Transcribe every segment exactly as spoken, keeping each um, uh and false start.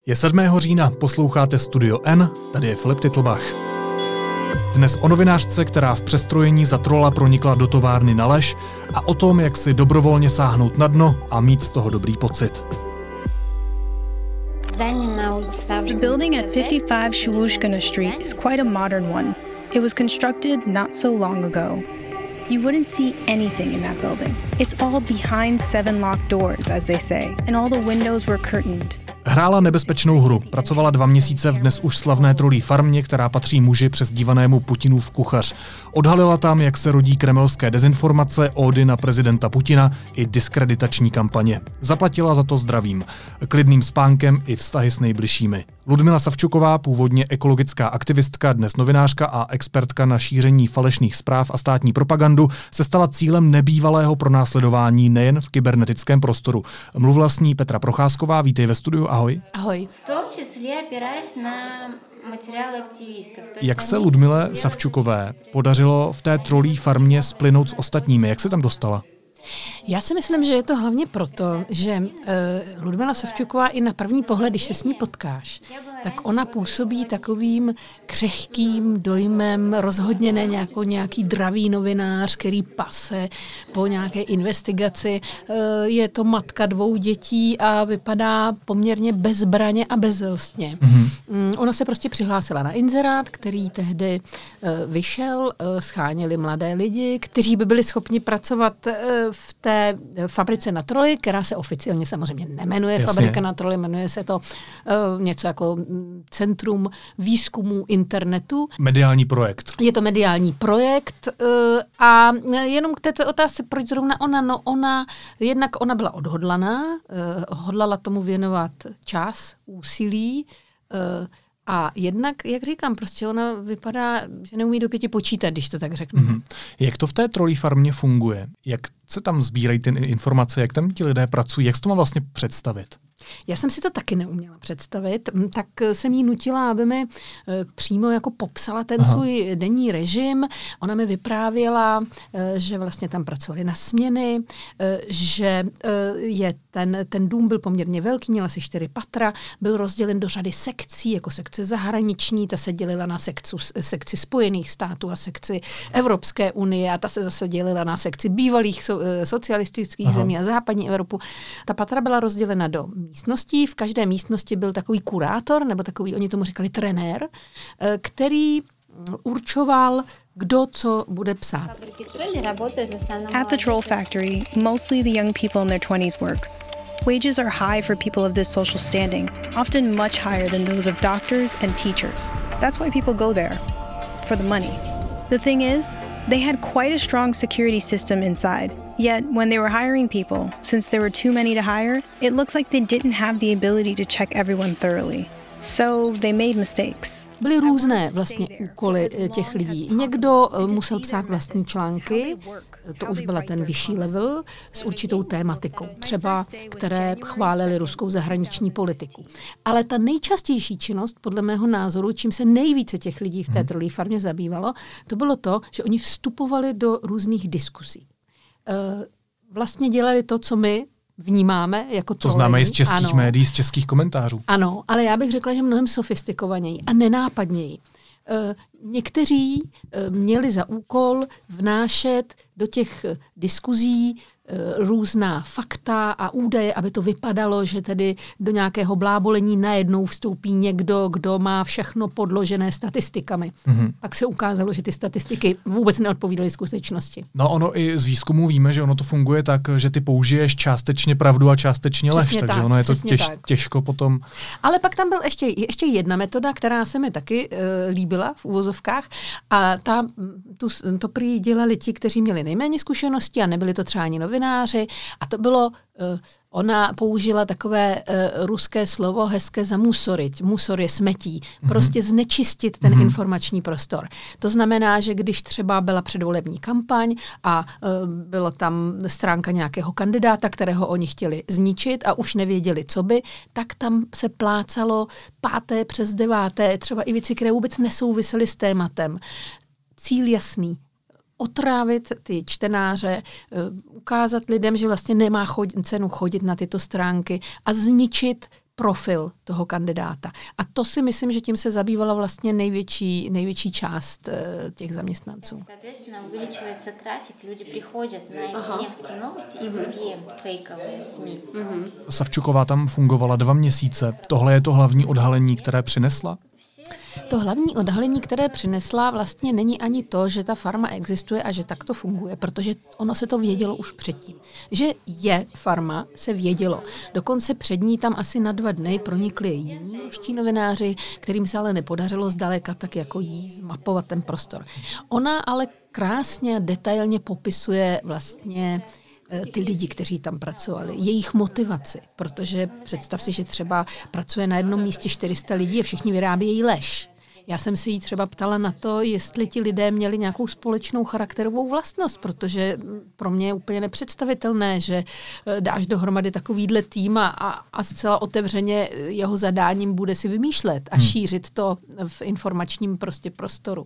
Je sedmého října, posloucháte Studio N, tady je Filip Titlbach. Dnes o novinářce, která v přestrojení za trola pronikla do továrny na lež a o tom, jak si dobrovolně sáhnout na dno a mít z toho dobrý pocit. The building at fifty-five Shalushkina Street is quite a modern one. It was constructed not so long ago. You wouldn't see anything in that building. It's all behind seven locked doors, as they say, and all the windows were curtained. Hrála nebezpečnou hru, pracovala dva měsíce v dnes už slavné trolí farmě, která patří muži přezdívanému Putinův kuchař. Odhalila tam, jak se rodí kremelské dezinformace, ódy na prezidenta Putina i diskreditační kampaně. Zaplatila za to zdravím, klidným spánkem i vztahy s nejbližšími. Ludmila Savčuková, původně ekologická aktivistka, dnes novinářka a expertka na šíření falešných zpráv a státní propagandu, se stala cílem nebývalého pronásledování nejen v kybernetickém prostoru. Mluvila s ní Petra Procházková, vítej ve studiu, ahoj. Ahoj. V tom čísle opírаясь na materiály aktivistů. Jak se Ludmile Savčukové podařilo v té trolí farmě splynout s ostatními? Jak se tam dostala? Já si myslím, že je to hlavně proto, že uh, Ludmila Savčuková i na první pohled, když se s ní potkáš, tak ona působí takovým křehkým dojmem, rozhodně ne nějakou, nějaký dravý novinář, který pase po nějaké investigaci. Uh, je to matka dvou dětí a vypadá poměrně bezbraně a bezelstně. Mm-hmm. Um, ona se prostě přihlásila na inzerát, který tehdy uh, vyšel, uh, scháněli mladé lidi, kteří by byli schopni pracovat uh, v té fabrice na troly, která se oficiálně samozřejmě nemenuje Jasně. Fabrika na troly, jmenuje se to uh, něco jako Centrum výzkumu internetu. Mediální projekt. Je to mediální projekt uh, a jenom k této otázce, proč zrovna ona, no ona, jednak ona byla odhodlaná, uh, hodlala tomu věnovat čas, úsilí, uh, a jednak, jak říkám, prostě ona vypadá, že neumí do pěti počítat, když to tak řeknu. Mm-hmm. Jak to v té trolí farmě funguje? Jak se tam sbírají ty informace? Jak tam ti lidé pracují? Jak se to má vlastně představit? Já jsem si to taky neuměla představit, tak jsem jí nutila, aby mi přímo jako popsala ten Aha. svůj denní režim. Ona mi vyprávěla, že vlastně tam pracovali na směny, že je ten, ten dům byl poměrně velký, měla asi čtyři patra, byl rozdělen do řady sekcí, jako sekce zahraniční, ta se dělila na sekci, sekci Spojených států a sekci Evropské unie a ta se zase dělila na sekci bývalých so, socialistických Aha. zemí a západní Evropu. Ta patra byla rozdělena do místností. V každé místnosti byl takový kurátor, nebo takový, oni tomu říkali trenér, který určoval, kdo co bude psát. At the Troll Factory, mostly the young people in their twenties work. Wages are high for people of this social standing, often much higher than those of doctors and teachers. That's why people go there, for the money. The thing is, they had quite a strong security system inside. Yet, when they were hiring people, since there were too many to hire, it looks like they didn't have the ability to check everyone thoroughly. So they made mistakes. Byly různé vlastně úkoly těch lidí. Někdo musel psát vlastní články, to už byla ten vyšší level, s určitou tématikou, třeba které chválily ruskou zahraniční politiku. Ale ta nejčastější činnost, podle mého názoru, čím se nejvíce těch lidí v té trolí farmě zabývalo, to bylo to, že oni vstupovali do různých diskusí. Vlastně dělali to, co my vnímáme jako trolení. To známe i z českých ano. médií, z českých komentářů. Ano, ale já bych řekla, že mnohem sofistikovaněji a nenápadněji. E, někteří e, měli za úkol vnášet do těch diskuzí různá fakta a údaje, aby to vypadalo, že tedy do nějakého blábolení najednou vstoupí někdo, kdo má všechno podložené statistikami. Mm-hmm. Pak se ukázalo, že ty statistiky vůbec neodpovídaly skutečnosti. No ono i z výzkumu víme, že ono to funguje tak, že ty použiješ částečně pravdu a částečně lež, takže tak, ono je to těž, těžko potom. Ale pak tam byl ještě, ještě jedna metoda, která se mi taky uh, líbila v uvozovkách a ta, tu, to prý dělali ti, kteří měli nejméně zkušeností a nebyli to třeba ani novináři, a to bylo, uh, ona použila takové uh, ruské slovo hezké zamusorit. Musor je smetí. Mm-hmm. Prostě znečistit ten mm-hmm. informační prostor. To znamená, že když třeba byla předvolební kampaň a uh, byla tam stránka nějakého kandidáta, kterého oni chtěli zničit a už nevěděli, co by, tak tam se plácalo páté přes deváté, třeba i věci, které vůbec nesouvisely s tématem. Cíl jasný. Otrávit ty čtenáře, ukázat lidem, že vlastně nemá chod- cenu chodit na tyto stránky a zničit profil toho kandidáta. A to si myslím, že tím se zabývala vlastně největší, největší část uh, těch zaměstnanců. Соответственно, увеличивается трафик, люди приходят на эти Невские новости и другие фейковые эс эм и. Savčuková tam fungovala dva měsíce. Tohle je to hlavní odhalení, které přinesla? To hlavní odhalení, které přinesla, vlastně není ani to, že ta farma existuje a že tak to funguje, protože ono se to vědělo už předtím. Že je farma, se vědělo. Dokonce před ní tam asi na dva dny pronikli jiní ruští novináři, kterým se ale nepodařilo zdaleka tak jako jí zmapovat ten prostor. Ona ale krásně a detailně popisuje vlastně ty lidi, kteří tam pracovali, jejich motivaci, protože představ si, že třeba pracuje na jednom místě čtyři sta lidí a všichni vyrábějí lež. Já jsem se jí třeba ptala na to, jestli ti lidé měli nějakou společnou charakterovou vlastnost, protože pro mě je úplně nepředstavitelné, že dáš dohromady takovýhle tým a, a zcela otevřeně jeho zadáním bude si vymýšlet a šířit to v informačním prostě prostoru.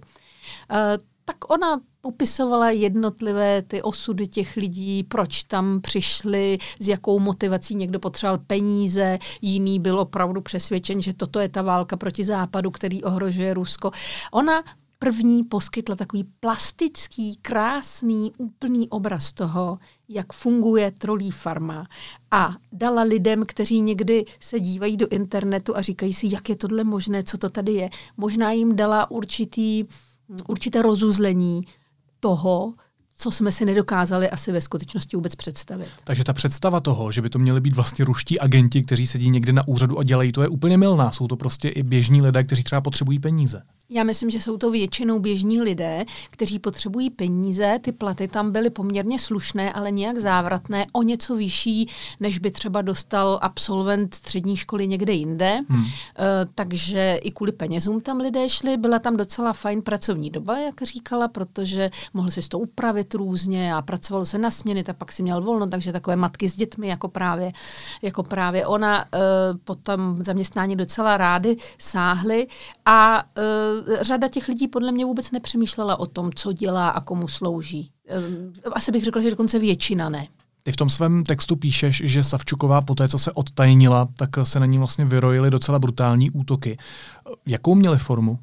Tak ona popisovala jednotlivé ty osudy těch lidí, proč tam přišli, s jakou motivací. Někdo potřeboval peníze, jiný byl opravdu přesvědčen, že toto je ta válka proti západu, který ohrožuje Rusko. Ona první poskytla takový plastický, krásný, úplný obraz toho, jak funguje trolí farma a dala lidem, kteří někdy se dívají do internetu a říkají si, jak je tohle možné, co to tady je. Možná jim dala určitý určité rozuzlení toho, co jsme si nedokázali asi ve skutečnosti vůbec představit. Takže ta představa toho, že by to měli být vlastně ruští agenti, kteří sedí někde na úřadu a dělají, to je úplně mylná. Jsou to prostě i běžní lidé, kteří třeba potřebují peníze. Já myslím, že jsou to většinou běžní lidé, kteří potřebují peníze. Ty platy tam byly poměrně slušné, ale nějak závratné, o něco vyšší, než by třeba dostal absolvent střední školy někde jinde. Hmm. E, takže i kvůli penězům tam lidé šli. Byla tam docela fajn pracovní doba, jak říkala, protože mohl si to upravit různě a pracovalo se na směny, tak pak si měl volno, takže takové matky s dětmi, jako právě, jako právě ona, e, potom zaměstnání docela rády sáhly a e, řada těch lidí podle mě vůbec nepřemýšlela o tom, co dělá a komu slouží. Asi bych řekla, že dokonce většina ne. Ty v tom svém textu píšeš, že Savčuková poté, co se odtajnila, tak se na ní vlastně vyrojily docela brutální útoky. Jakou měly formu?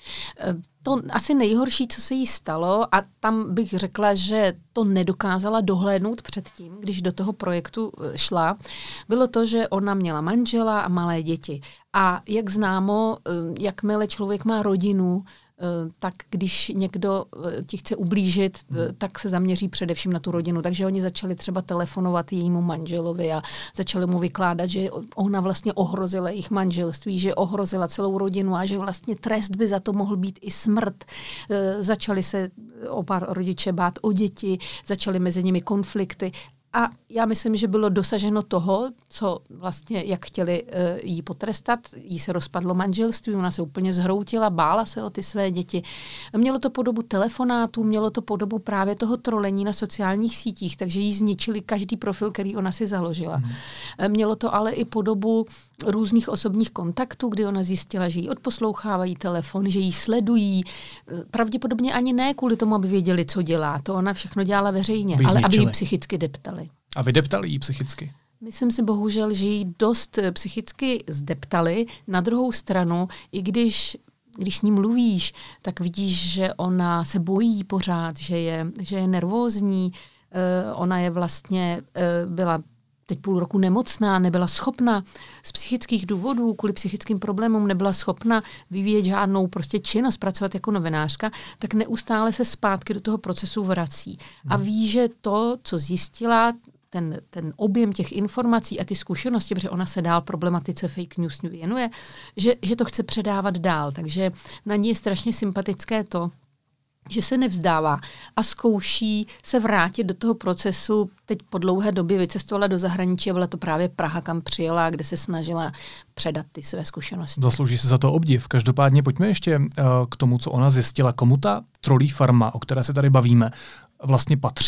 To asi nejhorší, co se jí stalo, a tam bych řekla, že to nedokázala dohlédnout předtím, když do toho projektu šla, bylo to, že ona měla manžela a malé děti. A jak známo, jakmile člověk má rodinu, tak když někdo ti chce ublížit, tak se zaměří především na tu rodinu. Takže oni začali třeba telefonovat jejímu manželovi a začali mu vykládat, že ona vlastně ohrozila jejich manželství, že ohrozila celou rodinu a že vlastně trest by za to mohl být i smrt. Začali se oba rodiče bát o děti, začaly mezi nimi konflikty. A já myslím, že bylo dosaženo toho, co vlastně, jak chtěli uh, jí potrestat. Jí se rozpadlo manželství, ona se úplně zhroutila, bála se o ty své děti. Mělo to podobu telefonátů, mělo to podobu právě toho trolení na sociálních sítích, takže jí zničili každý profil, který ona si založila. Hmm. Mělo to ale i podobu různých osobních kontaktů, kdy ona zjistila, že jí odposlouchávají telefon, že jí sledují. Pravděpodobně ani ne kvůli tomu, aby věděli, co dělá. To ona všechno dělala veřejně, ale aby jí psychicky deptali. A vydeptali jí psychicky? Myslím si bohužel, že jí dost psychicky zdeptali. Na druhou stranu, i když, když s ní mluvíš, tak vidíš, že ona se bojí pořád, že je, že je nervózní. Uh, ona je vlastně, uh, byla teď půl roku nemocná, nebyla schopna z psychických důvodů, kvůli psychickým problémům nebyla schopna vyvíjet žádnou prostě činnost, pracovat jako novinářka, tak neustále se zpátky do toho procesu vrací. A ví, že to, co zjistila, ten, ten objem těch informací a ty zkušenosti, protože ona se dál problematice fake news věnuje, že, že to chce předávat dál. Takže na ní je strašně sympatické to, že se nevzdává a zkouší se vrátit do toho procesu. Teď po dlouhé době vycestovala do zahraničí a byla to právě Praha, kam přijela, kde se snažila předat ty své zkušenosti. Zaslouží se za to obdiv. Každopádně pojďme ještě uh, k tomu, co ona zjistila. Komu ta trolí farma, o které se tady bavíme, vlastně patří?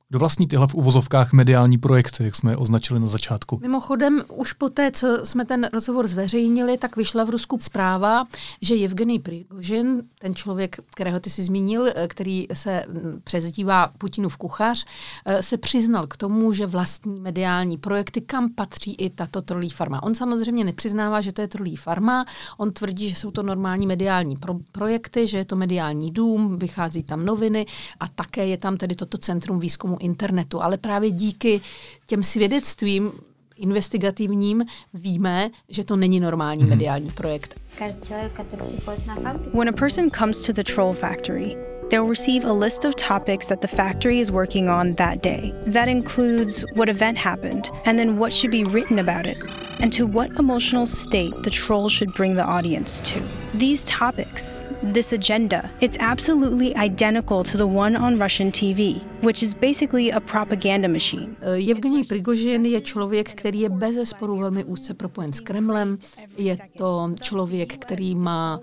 Kdo vlastní tyhle v uvozovkách mediální projekty, jak jsme je označili na začátku? Mimochodem, už poté, co jsme ten rozhovor zveřejnili, tak vyšla v Rusku zpráva, že Jevgenij Prigožin, ten člověk, kterého ty jsi zmínil, který se přezdívá Putinův kuchař, se přiznal k tomu, že vlastní mediální projekty, kam patří i tato trolí farma. On samozřejmě nepřiznává, že to je trolí farma, on tvrdí, že jsou to normální mediální pro- projekty, že je to mediální dům, vychází tam noviny a také je tam tedy toto centrum výzkumu internetu, ale právě díky těm svědectvím investigativním víme, že to není normální mm. mediální projekt. When a person comes to the Troll Factory, they'll receive a list of topics that the factory is working on that day. That includes what event happened, and then what should be written about it, and to what emotional state the troll should bring the audience to. These topics, this agenda, it's absolutely identical to the one on Russian T V, which is basically a propaganda machine. Jevgenij Prigožin je člověk, který je bezesporu velmi úzce propojen s Kremlem. Je to člověk, který má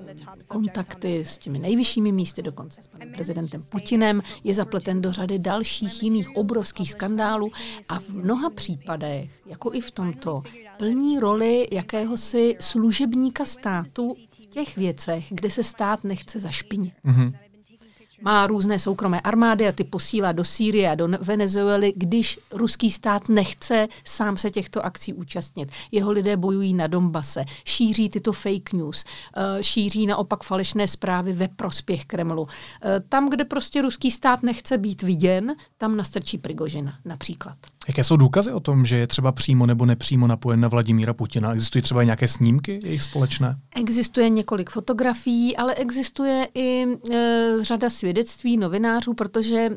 kontakty s těmi nejvyššími místy, dokonce s panem prezidentem Putinem, je zapleten do řady dalších jiných obrovských skandálů a v mnoha případech, jako i v tomto, plní roli jakéhosi služebníka státu v těch věcech, kde se stát nechce zašpinit. Mm-hmm. Má různé soukromé armády a ty posílá do Sýrie a do Venezuely, když ruský stát nechce sám se těchto akcí účastnit. Jeho lidé bojují na Donbase, šíří tyto fake news, šíří naopak falešné zprávy ve prospěch Kremlu. Tam, kde prostě ruský stát nechce být viděn, tam nastrčí Prigožina například. Jaké jsou důkazy o tom, že je třeba přímo nebo nepřímo napojen na Vladimíra Putina? Existují třeba nějaké snímky jejich společné? Existuje několik fotografií, ale existuje i e, řada svědectví novinářů, protože e,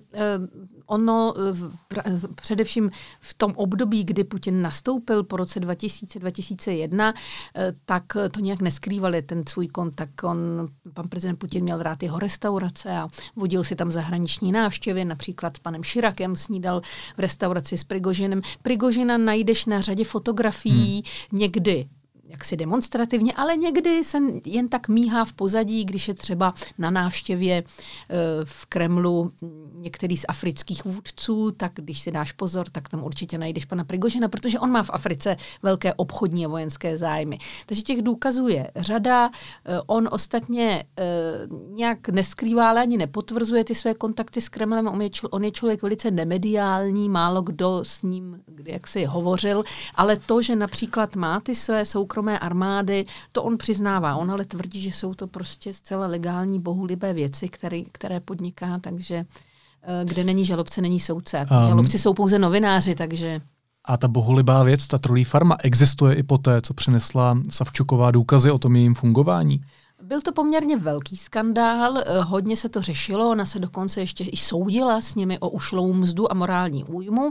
ono v, především v tom období, kdy Putin nastoupil po roce dva tisíce, dva tisíce jedna, e, tak to nějak neskrývali ten svůj kontakt. On, pan prezident Putin měl rád jeho restaurace a vodil si tam zahraniční návštěvy, například s panem Širakem snídal v restauraci s Prigožinem. Prigožina najdeš na řadě fotografií, hmm. někdy jaksi demonstrativně, ale někdy se jen tak míhá v pozadí, když je třeba na návštěvě v Kremlu některý z afrických vůdců, tak když si dáš pozor, tak tam určitě najdeš pana Prigožina, protože on má v Africe velké obchodní a vojenské zájmy. Takže těch důkazů je řada. On ostatně nějak neskrývá, ale ani nepotvrzuje ty své kontakty s Kremlem. On je, čl- on je člověk velice nemediální, málo kdo s ním kdy jaksi hovořil, ale to, že například má ty své soukromé armády, to on přiznává. On ale tvrdí, že jsou to prostě zcela legální bohulibé věci, které, které podniká, takže kde není žalobce, není soudce. A um, žalobci jsou pouze novináři, takže... A ta bohulibá věc, ta trolí farma, existuje i poté, co přinesla Savčuková důkazy o tom jejím fungování? Byl to poměrně velký skandál, hodně se to řešilo, ona se dokonce ještě i soudila s nimi o ušlou mzdu a morální újmu,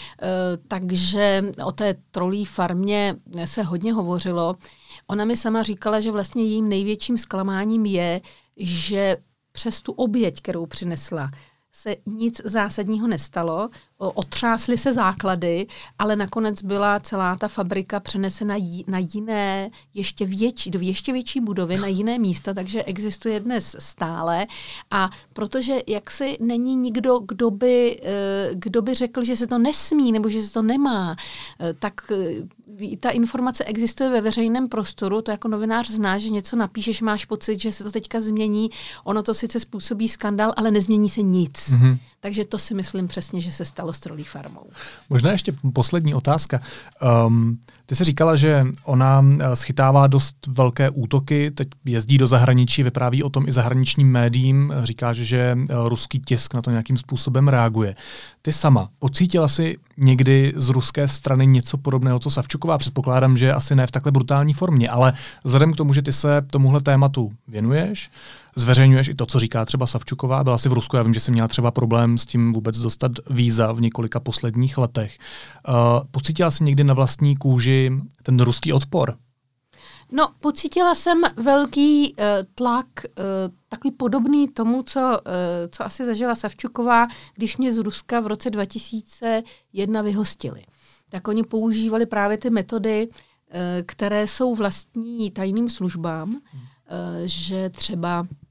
takže o té trolí farmě se hodně hovořilo. Ona mi sama říkala, že vlastně jejím největším zklamáním je, že přes tu oběť, kterou přinesla, se nic zásadního nestalo, otřásly se základy, ale nakonec byla celá ta fabrika přenesena na jiné, ještě větší, do ještě větší budovy, na jiné místa, takže existuje dnes stále. A protože jaksi není nikdo, kdo by, kdo by řekl, že se to nesmí nebo že se to nemá, tak ta informace existuje ve veřejném prostoru, to jako novinář znáš, že něco napíšeš, máš pocit, že se to teďka změní, ono to sice způsobí skandál, ale nezmění se nic. Mm-hmm. Takže to si myslím přesně, že se stalo s trolí farmou. Možná ještě poslední otázka. Um, ty jsi říkala, že ona schytává dost velké útoky, teď jezdí do zahraničí, vypráví o tom i zahraničním médiím, říká, že ruský tisk na to nějakým způsobem reaguje. Ty sama, pocítila jsi někdy z ruské strany něco podobného, co Savčuková? Předpokládám, že asi ne v takhle brutální formě, ale vzhledem k tomu, že ty se tomuhle tématu věnuješ, zveřejňuješ i to, co říká třeba Savčuková, byla jsi v Rusku, já vím, že jsi měla třeba problém s tím vůbec dostat víza v několika posledních letech. Uh, pocítila jsi někdy na vlastní kůži ten ruský odpor? No, pocítila jsem velký uh, tlak, uh, takový podobný tomu, co, uh, co asi zažila Savčuková, když mě z Ruska v roce dva tisíce jedna vyhostili. Tak oni používali právě ty metody, uh, které jsou vlastní tajným službám, hmm. uh, že třeba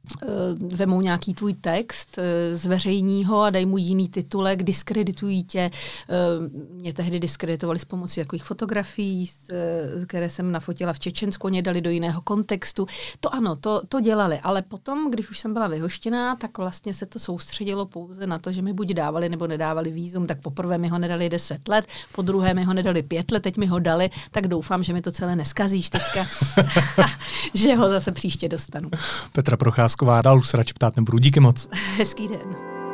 vemou nějaký tvůj text, zveřejní ho a dají mu jiný titulek, diskreditují tě. Mě tehdy diskreditovali s pomocí takových fotografií, které jsem nafotila v Čečensku, mě dali do jiného kontextu. To ano, to, to dělali, ale potom, když už jsem byla vyhoštěná, tak vlastně se to soustředilo pouze na to, že mi buď dávali nebo nedávali vízum, tak poprvé mi ho nedali deset let, po druhé mi ho nedali pět let, teď mi ho dali, tak doufám, že mi to celé neskazíš teďka, že ho zase příště dostanu. Petra Procházková, dál už se radši ptát nebudu. Díky moc. Hezký den.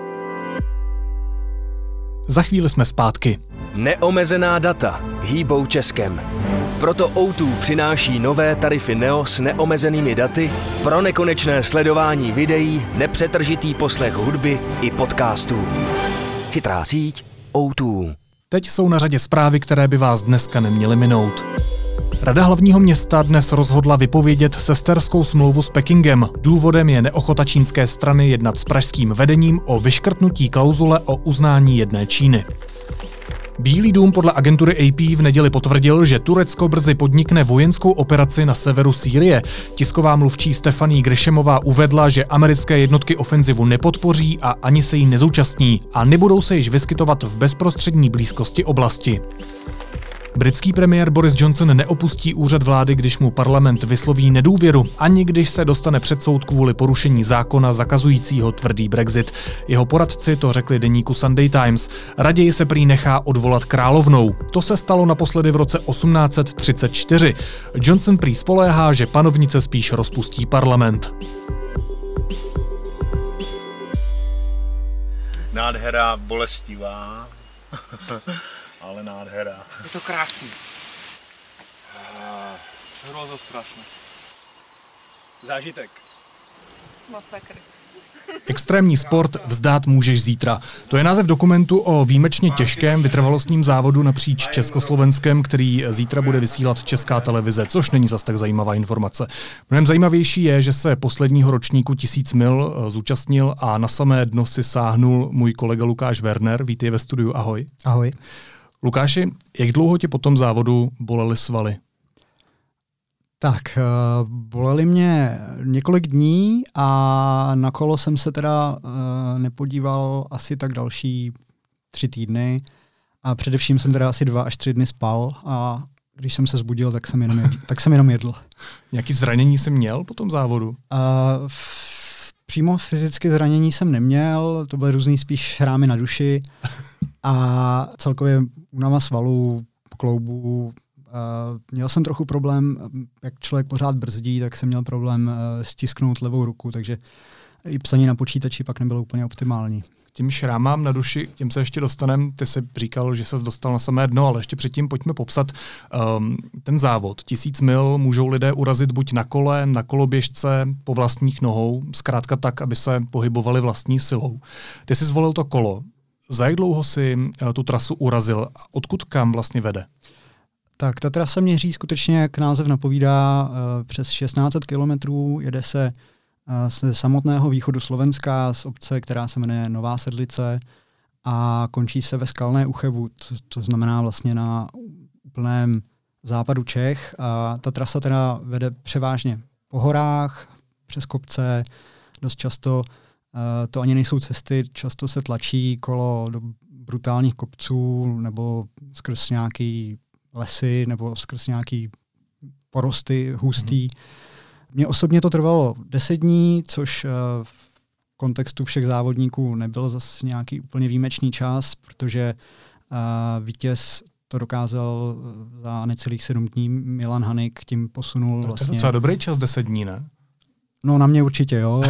Za chvíli jsme zpátky. Neomezená data hýbou Českem. Proto ó dva přináší nové tarify Neo s neomezenými daty pro nekonečné sledování videí, nepřetržitý poslech hudby i podcastů. Chytrá síť ó dva. Teď jsou na řadě zprávy, které by vás dneska neměly minout. Rada hlavního města dnes rozhodla vypovědět sesterskou smlouvu s Pekingem. Důvodem je neochota čínské strany jednat s pražským vedením o vyškrtnutí klauzule o uznání jedné Číny. Bílý dům podle agentury A P v neděli potvrdil, že Turecko brzy podnikne vojenskou operaci na severu Sýrie. Tisková mluvčí Stephanie Grishamová uvedla, že americké jednotky ofenzivu nepodpoří a ani se jí nezúčastní a nebudou se již vyskytovat v bezprostřední blízkosti oblasti. Britský premiér Boris Johnson neopustí úřad vlády, když mu parlament vysloví nedůvěru, ani když se dostane před soud kvůli porušení zákona zakazujícího tvrdý Brexit. Jeho poradci to řekli deníku Sunday Times. Raději se prý nechá odvolat královnou. To se stalo naposledy v roce osmnáct set třicet čtyři. Johnson prý spoléhá, že panovnice spíš rozpustí parlament. Nádhera bolestivá. Ale nádhera. Je to krásný. Hrozo strašné. Zážitek. Masakr. Extrémní sport vzdát můžeš zítra. To je název dokumentu o výjimečně těžkém vytrvalostním závodu napříč Československem, který zítra bude vysílat Česká televize, což není zas tak zajímavá informace. Mnohem zajímavější je, že se posledního ročníku tisíc mil zúčastnil a na samé dno si sáhnul můj kolega Lukáš Werner. Vítej ve studiu, ahoj. Ahoj. Lukáši, jak dlouho tě po tom závodu bolely svaly? Tak, bolely mě několik dní a na kolo jsem se teda nepodíval asi tak další tři týdny a především jsem teda asi dva až tři dny spal a když jsem se zbudil, tak jsem jenom jedl. tak jsem jenom jedl. Nějaký zranění jsi měl po tom závodu? Uh, f- přímo fyzicky zranění jsem neměl, to byly různý spíš šrámy na duši a celkově únava svalů, kloubů. Uh, měl jsem trochu problém, jak člověk pořád brzdí, tak jsem měl problém uh, stisknout levou ruku, takže i psaní na počítači pak nebylo úplně optimální. K těm šrámám na duši, tím se ještě dostanem. Ty jsi říkal, že ses dostal na samé dno, ale ještě předtím pojďme popsat um, ten závod. Tisíc mil můžou lidé urazit buď na kole, na koloběžce, po vlastních nohou, zkrátka tak, aby se pohybovali vlastní silou. Ty jsi zvolil to kolo. Za jak dlouho si uh, tu trasu urazil a odkud kam vlastně vede? Tak ta trasa měří skutečně, jak název napovídá, uh, přes šestnáct set kilometrů, jede se ze samotného východu Slovenska, z obce, která se jmenuje Nová Sedlice a končí se ve Skalné u Chebu, to, to znamená vlastně na úplném západu Čech. A ta trasa teda vede převážně po horách, přes kopce, dost často uh, to ani nejsou cesty, často se tlačí kolo do brutálních kopců nebo skrz nějaký lesy nebo skrz nějaký porosty hustý. Mm-hmm. Mně osobně to trvalo deset dní, což v kontextu všech závodníků nebyl zase nějaký úplně výjimečný čas, protože vítěz to dokázal za necelých sedm dní. Milan Hanik tím posunul no, vlastně... To je docela dobrý čas, deset dní, ne? No na mě určitě, jo.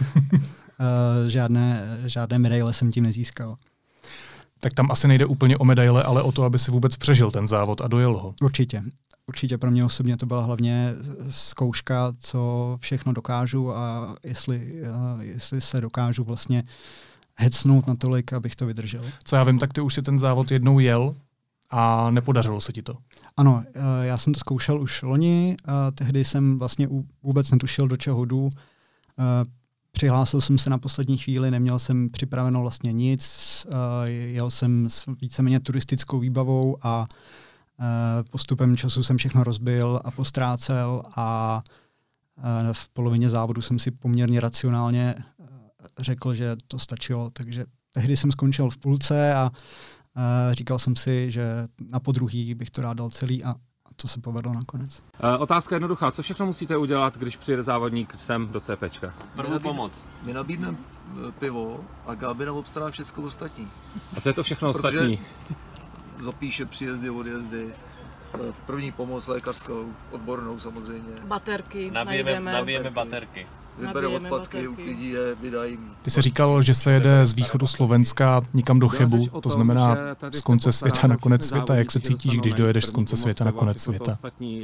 žádné, žádné medaile jsem tím nezískal. Tak tam asi nejde úplně o medaile, ale o to, aby si vůbec přežil ten závod a dojel ho. Určitě. Určitě pro mě osobně to byla hlavně zkouška, co všechno dokážu a jestli, jestli se dokážu vlastně hecnout natolik, abych to vydržel. Co já vím, tak ty už si ten závod jednou jel a nepodařilo se ti to. Ano, já jsem to zkoušel už loni, a tehdy jsem vlastně vůbec netušil, do čeho jdu. Přihlásil jsem se na poslední chvíli, neměl jsem připraveno vlastně nic, jel jsem s víceméně turistickou výbavou a postupem času jsem všechno rozbil a postrácel a V polovině závodu jsem si poměrně racionálně řekl, že to stačilo, takže tehdy jsem skončil v půlce a říkal jsem si, že na podruhý bych to rád dal celý a to se povedlo nakonec. Otázka jednoduchá. Co všechno musíte udělat, když přijede závodník sem do CPčka? První pomoc. My nabídneme pivo a Gábě nám obstará všechno ostatní. A co je to všechno ostatní? Zapíše příjezdy, odjezdy, první pomoc lékařskou, odbornou samozřejmě. Baterky, nabijeme, nabijeme baterky. Vybere odpadky, uklidí je, vydají. Ty se říkal, že se jede z východu Slovenska nikam do Chebu, to znamená z konce světa na konec světa. Jak se cítíš, když dojedeš z konce světa na konec světa?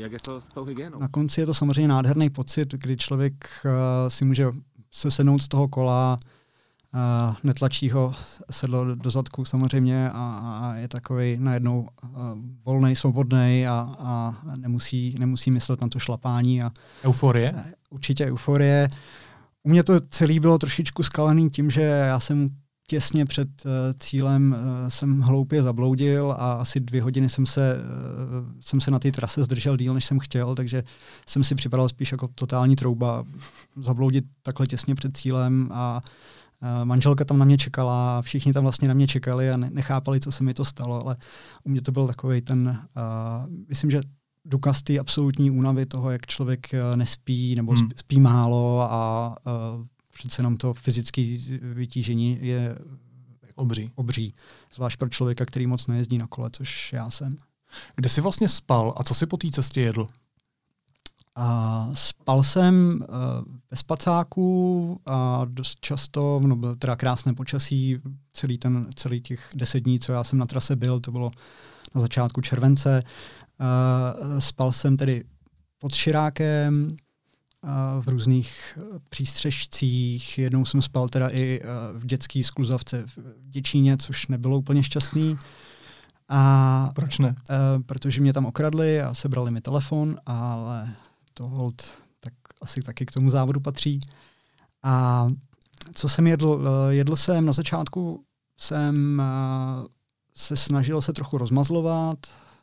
Na konci je to samozřejmě nádherný pocit, kdy člověk uh, si může se sednout z toho kola, uh, netlačí ho sedlo do, do zadku samozřejmě a, a je takovej najednou uh, volnej, svobodnej a, a nemusí, nemusí myslet na to šlapání. A, Euforie? Uh, určitě euforie. U mě to celé bylo trošičku skalený tím, že já jsem těsně před uh, cílem uh, jsem hloupě zabloudil a asi dvě hodiny jsem se, uh, jsem se na té trase zdržel díl, než jsem chtěl, takže jsem si připadal spíš jako totální trouba zabloudit takhle těsně před cílem a uh, manželka tam na mě čekala, všichni tam vlastně na mě čekali a ne- nechápali, co se mi to stalo, ale u mě to byl takovej ten, uh, myslím, že důkaz té absolutní únavy toho, jak člověk uh, nespí nebo hmm. spí málo a uh, přece jenom to fyzické vytížení je obří. obří. Zvlášť pro člověka, který moc nejezdí na kole, což já jsem. Kde jsi vlastně spal a co jsi po té cestě jedl? A spal jsem uh, ve spacáku a dost často, no bylo teda krásné počasí, celý, ten, celý těch deset dní, co já jsem na trase byl, to bylo na začátku července. Uh, spal jsem tedy pod Širákem, v různých přístřežcích. Jednou jsem spal teda i v dětský skluzavce v Děčíně, což nebylo úplně šťastný. A proč ne? Protože mě tam okradli a sebrali mi telefon, ale to hold tak asi taky k tomu závodu patří. A co jsem jedl? Jedl jsem na začátku, jsem se snažil se trochu rozmazlovat,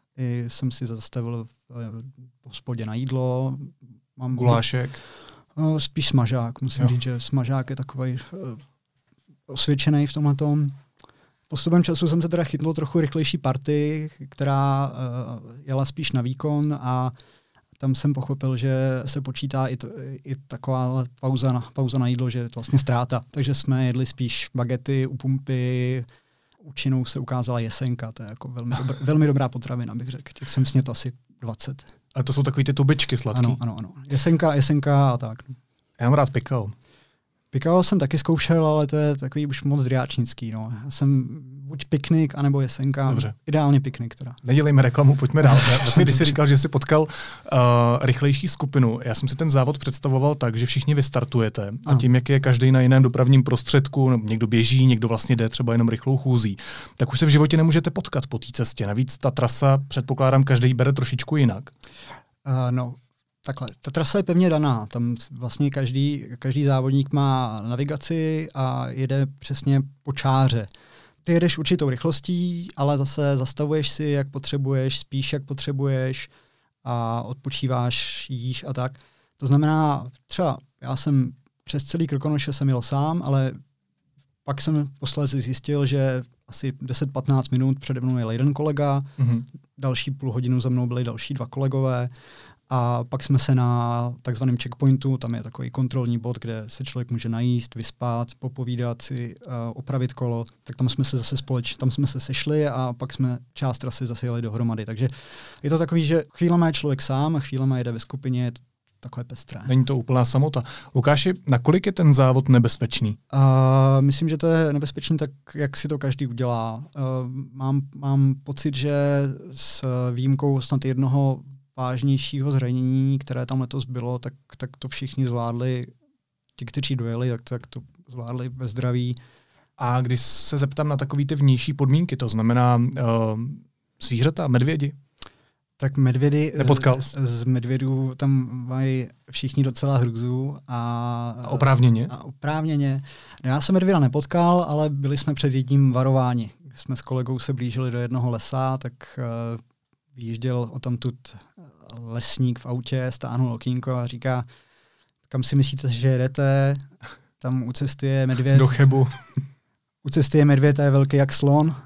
i jsem si zastavil v hospodě na jídlo. Mám gulášek? No, spíš smažák. Musím jo. říct, že smažák je takovej uh, osvědčený v tomhletom. Postupem času jsem se teda chytl trochu rychlejší party, která uh, jela spíš na výkon a tam jsem pochopil, že se počítá i, to, i taková pauza na, pauza na jídlo, že je to vlastně ztráta. Takže jsme jedli spíš bagety u pumpy, účinnou se ukázala jesenka, to je jako velmi, dobr, velmi dobrá potravina, bych řekl. Těch jsem snědl asi dvacet. A to jsou takový ty tubičky sladký. Ano, ano, ano. Jesenka, jesenka a tak. Já mám rád pikao. Pikao jsem taky zkoušel, ale to je takový už moc driáčnický. No. Já jsem buď piknik, anebo jesenka. Dobře. Ideálně piknik teda. Nedělejme reklamu, pojďme dál. Vlastně, když jsi říkal, že jsi potkal uh, rychlejší skupinu, já jsem si ten závod představoval tak, že všichni vystartujete a ano. tím, jak je každý na jiném dopravním prostředku, někdo běží, někdo vlastně jde třeba jenom rychlou chůzí, tak už se v životě nemůžete potkat po té cestě. Navíc ta trasa, předpokládám, každý bere trošičku jinak. Uh, no. Takhle, ta trasa je pevně daná, tam vlastně každý, každý závodník má navigaci a jede přesně po čáře. Ty jedeš určitou rychlostí, ale zase zastavuješ si, jak potřebuješ, spíš, jak potřebuješ a odpočíváš, jíš a tak. To znamená, třeba já jsem přes celý Krkonoše jsem jel sám, ale pak jsem posledně zjistil, že asi deset patnáct minut přede mnou jel jeden kolega, mm-hmm. další půl hodinu za mnou byli další dva kolegové. A pak jsme se na takzvaném checkpointu, tam je takový kontrolní bod, kde se člověk může najíst, vyspat, popovídat si, uh, opravit kolo, tak tam jsme se zase společně, tam jsme se sešli a pak jsme část trasy zase jeli dohromady. Takže je to takový, že chvílema je člověk sám a chvílema jede ve skupině, je to takové pestré. Není to úplná samota. Lukáši, nakolik je ten závod nebezpečný? Uh, myslím, že to je nebezpečný tak, jak si to každý udělá. Uh, mám, mám pocit, že s výjimkou snad jednoho vážnějšího zranění, které tam letos bylo, tak, tak to všichni zvládli. Ti, kteří dojeli, tak, tak to zvládli ve zdraví. A když se zeptám na takový ty vnější podmínky, to znamená uh, zvířata, medvědi? Tak medvědy, Nepotkal. Z, z medvědů tam mají všichni docela hrůzu. A, a oprávněně? A oprávněně. No, já jsem medvěda nepotkal, ale byli jsme před jedním varováni. Když jsme s kolegou se blížili do jednoho lesa, tak uh, vyjížděl odtamtud lesník v autě, stáhnul okýnko a říká, kam si myslíte, že jedete, tam u cesty je medvěd. Do Chebu. U cesty je medvěd a je velký jak slon.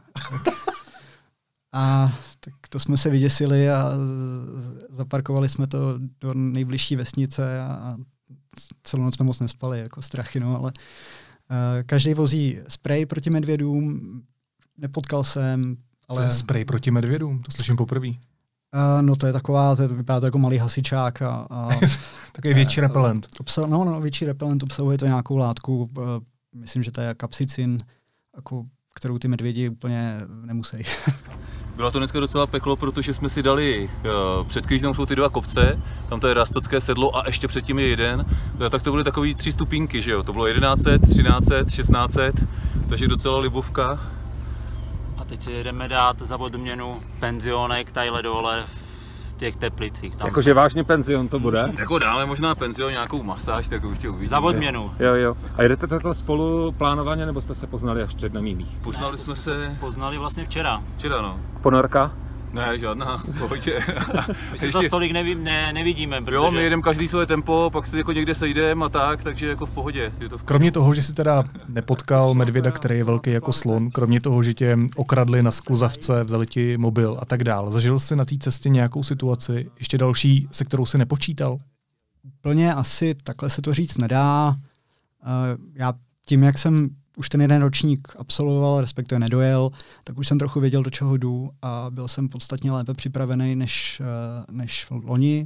A tak to jsme se vyděsili a zaparkovali jsme to do nejbližší vesnice a celou noc jsme moc nespali, jako strachy, no, ale uh, každý vozí sprej proti medvědům, nepotkal jsem, ale... Co je sprej proti medvědům? To slyším poprvé. Uh, no to je taková, to je, vypadá to jako malý hasičák a... a takový větší repelent. Obsah, no, no, větší repelent, obsahuje to nějakou látku, uh, myslím, že to je kapsicin, jako, kterou ty medvědi úplně nemusí. Bylo to dneska docela peklo, protože jsme si dali, uh, před Křížnou jsou ty dva kopce, tam to je Rastocké sedlo a ještě předtím je jeden, tak to byly takový tři stupínky, že jo, to bylo jedenáct set, třináct set, šestnáct set, takže docela libovka. A teď si jdeme dát za odměnu penzionek tadyhle dole v těch Teplicích. Jakože vážně penzion to bude? Jako dáme možná penzion, nějakou masáž, tak určitě uvidíme. Za odměnu. Jo, jo. A jdete takhle spolu plánovaně, nebo jste se poznali až před nemýlých? Poznali ne, jsme jsme se... Poznali vlastně včera. Včera, no. Ponorka? Ne, žádná, v pohodě. My si to stolik neví, ne, nevidíme, protože... Jo, my jedeme každý svoje tempo, pak si jako někde sejdeme a tak, takže jako v pohodě. Je to v... Kromě toho, že si teda nepotkal medvěda, který je velký jako slon, kromě toho, že tě okradli na skluzavce, vzali ti mobil a tak dál, zažil jsi na té cestě nějakou situaci, ještě další, se kterou jsi nepočítal? Úplně asi takhle se to říct nedá. Já tím, jak jsem už ten jeden ročník absolvoval, respektive nedojel, tak už jsem trochu věděl, do čeho jdu a byl jsem podstatně lépe připravený než, než v loni.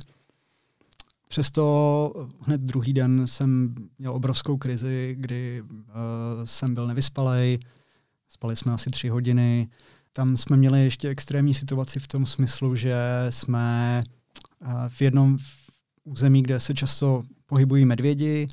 Přesto hned druhý den jsem měl obrovskou krizi, kdy uh, jsem byl nevyspalej, spali jsme asi tři hodiny. Tam jsme měli ještě extrémní situaci v tom smyslu, že jsme uh, v jednom území, kde se často pohybují medvědi,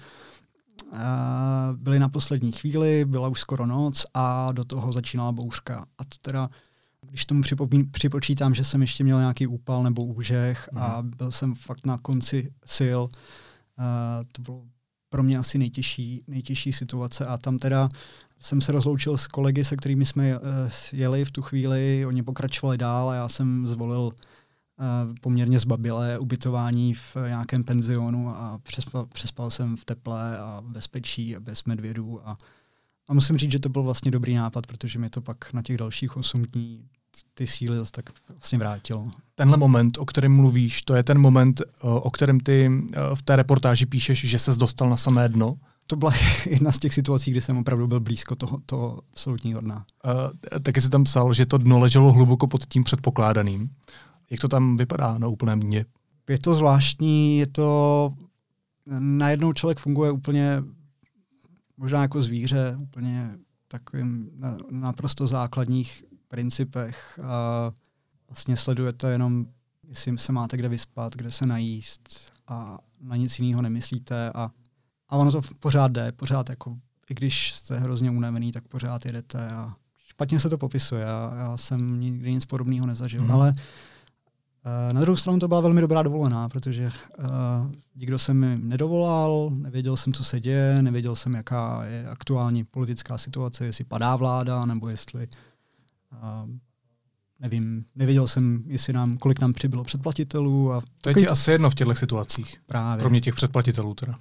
Uh, byli na poslední chvíli, byla už skoro noc a do toho začínala bouřka. A to teda, když tomu připomín, připočítám, že jsem ještě měl nějaký úpal nebo úžeh mm. a byl jsem fakt na konci sil, uh, to bylo pro mě asi nejtěžší, nejtěžší situace. A tam teda jsem se rozloučil s kolegy, se kterými jsme uh, jeli v tu chvíli, oni pokračovali dál a já jsem zvolil Uh, poměrně zbabilé ubytování v nějakém penzionu a přespal, přespal jsem v teple a bezpečí a bez medvědů a, a musím říct, že to byl vlastně dobrý nápad, protože mi to pak na těch dalších osm dní ty síly zase tak vlastně vrátilo. Tenhle moment, o kterém mluvíš, to je ten moment, o kterém ty v té reportáži píšeš, že ses dostal na samé dno? To byla jedna z těch situací, kdy jsem opravdu byl blízko toho, toho absolutního dna. Uh, taky jsi tam psal, že to dno leželo hluboko pod tím předpokládaným. Jak to tam vypadá na úplném dně? Je to zvláštní, je to... Najednou člověk funguje úplně možná jako zvíře, úplně takovým naprosto základních principech. A vlastně sledujete jenom, jestli se máte kde vyspat, kde se najíst a na nic jiného nemyslíte. A, a ono to pořád jde, pořád jako, i když jste hrozně unavený, tak pořád jedete. A špatně se to popisuje, já, já jsem nikdy nic podobného nezažil, hmm. ale na druhou stranu to byla velmi dobrá dovolená, protože uh, nikdo se mi nedovolal, nevěděl jsem, co se děje, nevěděl jsem, jaká je aktuální politická situace, jestli padá vláda, nebo jestli, uh, nevím, nevěděl jsem, jestli nám, kolik nám přibylo předplatitelů. A to je ti to... asi jedno v těchto situacích, právě. Kromě těch předplatitelů teda.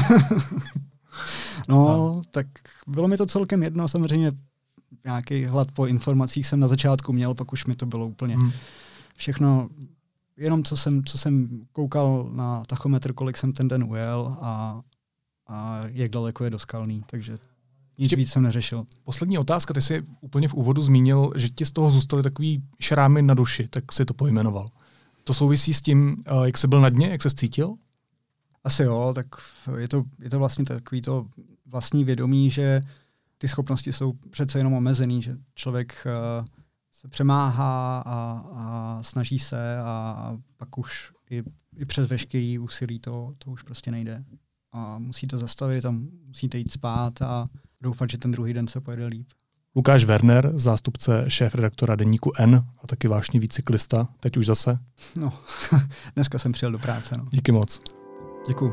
No, a. tak bylo mi to celkem jedno, samozřejmě nějaký hlad po informacích jsem na začátku měl, pak už mi to bylo úplně... Hmm. Všechno, jenom co jsem, co jsem koukal na tachometr, kolik jsem ten den ujel a, a jak daleko je do Skalný, takže nic Ještě víc jsem neřešil. Poslední otázka, ty jsi úplně v úvodu zmínil, že ti z toho zůstaly takový šrámy na duši, tak si to pojmenoval. To souvisí s tím, jak jsi byl na dně, jak jsi cítil? Asi jo, tak je to, je to vlastně takový to vlastní vědomí, že ty schopnosti jsou přece jenom omezený, že člověk se přemáhá a, a snaží se a pak už i, i přes veškerý úsilí to, to už prostě nejde. A musí to zastavit a musíte jít spát a doufat, že ten druhý den se pojede líp. Lukáš Werner, zástupce šéfredaktora deníku N a taky vášnivý cyklista, teď už zase. No, dneska jsem přijel do práce. No. Díky moc. Děkuju.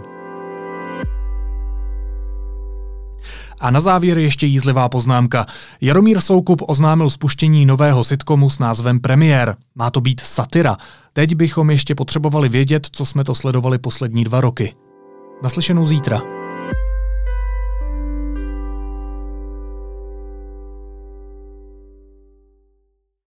A na závěr ještě jízlivá poznámka. Jaromír Soukup oznámil spuštění nového sitcomu s názvem Premiér. Má to být satira. Teď bychom ještě potřebovali vědět, co jsme to sledovali poslední dva roky. Naslyšenou zítra.